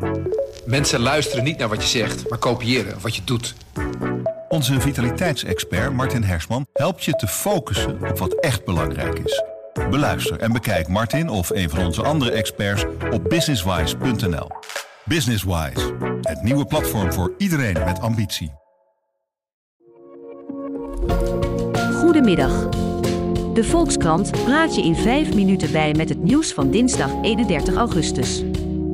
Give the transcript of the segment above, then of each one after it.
Mensen luisteren niet naar wat je zegt, maar kopiëren wat je doet. Onze vitaliteitsexpert Martin Hersman helpt je te focussen op wat echt belangrijk is. Beluister en bekijk Martin of een van onze andere experts op businesswise.nl. Businesswise, het nieuwe platform voor iedereen met ambitie. Goedemiddag. De Volkskrant praat je in 5 minuten bij met het nieuws van dinsdag 31 augustus.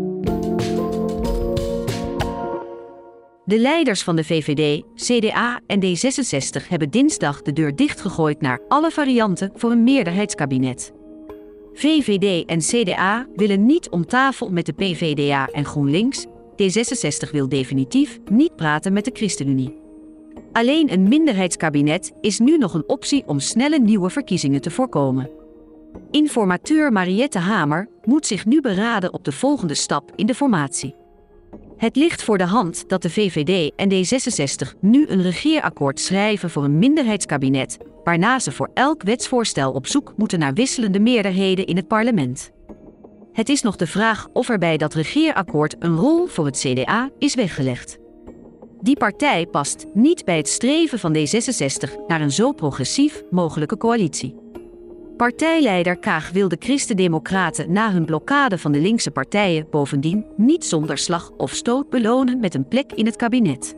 De leiders van de VVD, CDA en D66 hebben dinsdag de deur dichtgegooid naar alle varianten voor een meerderheidskabinet. VVD en CDA willen niet om tafel met de PvdA en GroenLinks. D66 wil definitief niet praten met de ChristenUnie. Alleen een minderheidskabinet is nu nog een optie om snelle nieuwe verkiezingen te voorkomen. Informateur Mariette Hamer moet zich nu beraden op de volgende stap in de formatie. Het ligt voor de hand dat de VVD en D66 nu een regeerakkoord schrijven voor een minderheidskabinet, waarna ze voor elk wetsvoorstel op zoek moeten naar wisselende meerderheden in het parlement. Het is nog de vraag of er bij dat regeerakkoord een rol voor het CDA is weggelegd. Die partij past niet bij het streven van D66 naar een zo progressief mogelijke coalitie. Partijleider Kaag wil de Christen-Democraten na hun blokkade van de linkse partijen bovendien niet zonder slag of stoot belonen met een plek in het kabinet.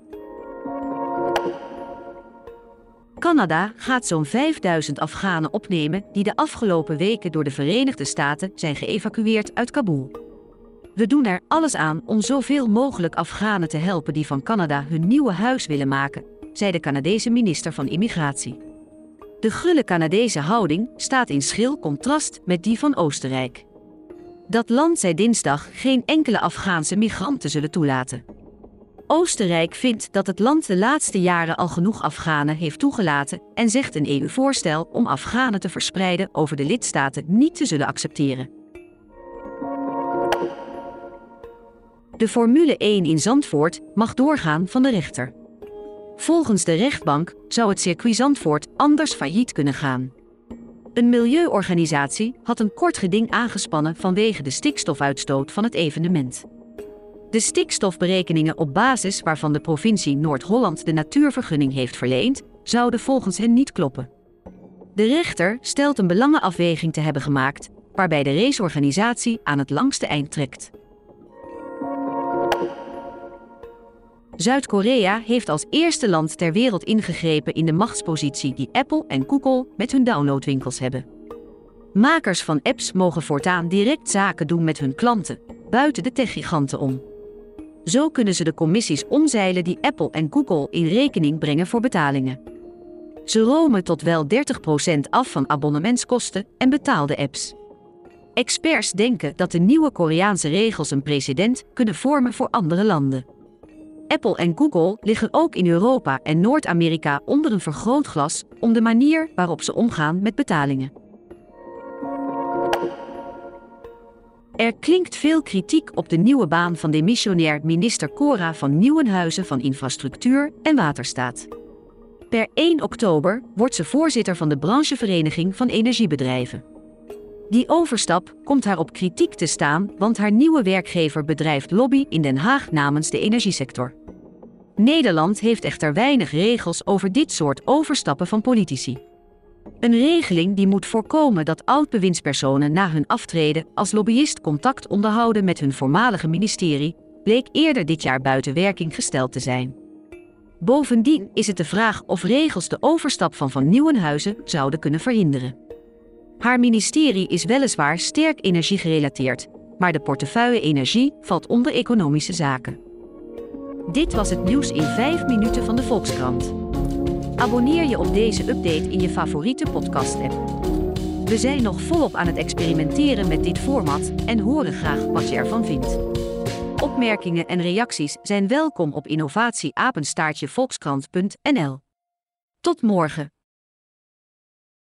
Canada gaat zo'n 5000 Afghanen opnemen die de afgelopen weken door de Verenigde Staten zijn geëvacueerd uit Kaboel. We doen er alles aan om zoveel mogelijk Afghanen te helpen die van Canada hun nieuwe huis willen maken, zei de Canadese minister van Immigratie. De gulle Canadese houding staat in schril contrast met die van Oostenrijk. Dat land zei dinsdag geen enkele Afghaanse migranten zullen toelaten. Oostenrijk vindt dat het land de laatste jaren al genoeg Afghanen heeft toegelaten en zegt een EU-voorstel om Afghanen te verspreiden over de lidstaten niet te zullen accepteren. De Formule 1 in Zandvoort mag doorgaan van de rechter. Volgens de rechtbank zou het circuit Zandvoort anders failliet kunnen gaan. Een milieuorganisatie had een kort geding aangespannen vanwege de stikstofuitstoot van het evenement. De stikstofberekeningen op basis waarvan de provincie Noord-Holland de natuurvergunning heeft verleend, zouden volgens hen niet kloppen. De rechter stelt een belangenafweging te hebben gemaakt, waarbij de raceorganisatie aan het langste eind trekt. Zuid-Korea heeft als eerste land ter wereld ingegrepen in de machtspositie die Apple en Google met hun downloadwinkels hebben. Makers van apps mogen voortaan direct zaken doen met hun klanten, buiten de techgiganten om. Zo kunnen ze de commissies omzeilen die Apple en Google in rekening brengen voor betalingen. Ze romen tot wel 30% af van abonnementskosten en betaalde apps. Experts denken dat de nieuwe Koreaanse regels een precedent kunnen vormen voor andere landen. Apple en Google liggen ook in Europa en Noord-Amerika onder een vergrootglas om de manier waarop ze omgaan met betalingen. Er klinkt veel kritiek op de nieuwe baan van demissionair minister Cora van Nieuwenhuizen van Infrastructuur en Waterstaat. Per 1 oktober wordt ze voorzitter van de branchevereniging van energiebedrijven. Die overstap komt haar op kritiek te staan, want haar nieuwe werkgever bedrijft lobby in Den Haag namens de energiesector. Nederland heeft echter weinig regels over dit soort overstappen van politici. Een regeling die moet voorkomen dat oud-bewindspersonen na hun aftreden als lobbyist contact onderhouden met hun voormalige ministerie, bleek eerder dit jaar buiten werking gesteld te zijn. Bovendien is het de vraag of regels de overstap van Nieuwenhuizen zouden kunnen verhinderen. Haar ministerie is weliswaar sterk energiegerelateerd, maar de portefeuille energie valt onder economische zaken. Dit was het nieuws in 5 minuten van de Volkskrant. Abonneer je op deze update in je favoriete podcast-app. We zijn nog volop aan het experimenteren met dit format en horen graag wat je ervan vindt. Opmerkingen en reacties zijn welkom op innovatie@volkskrant.nl. Tot morgen.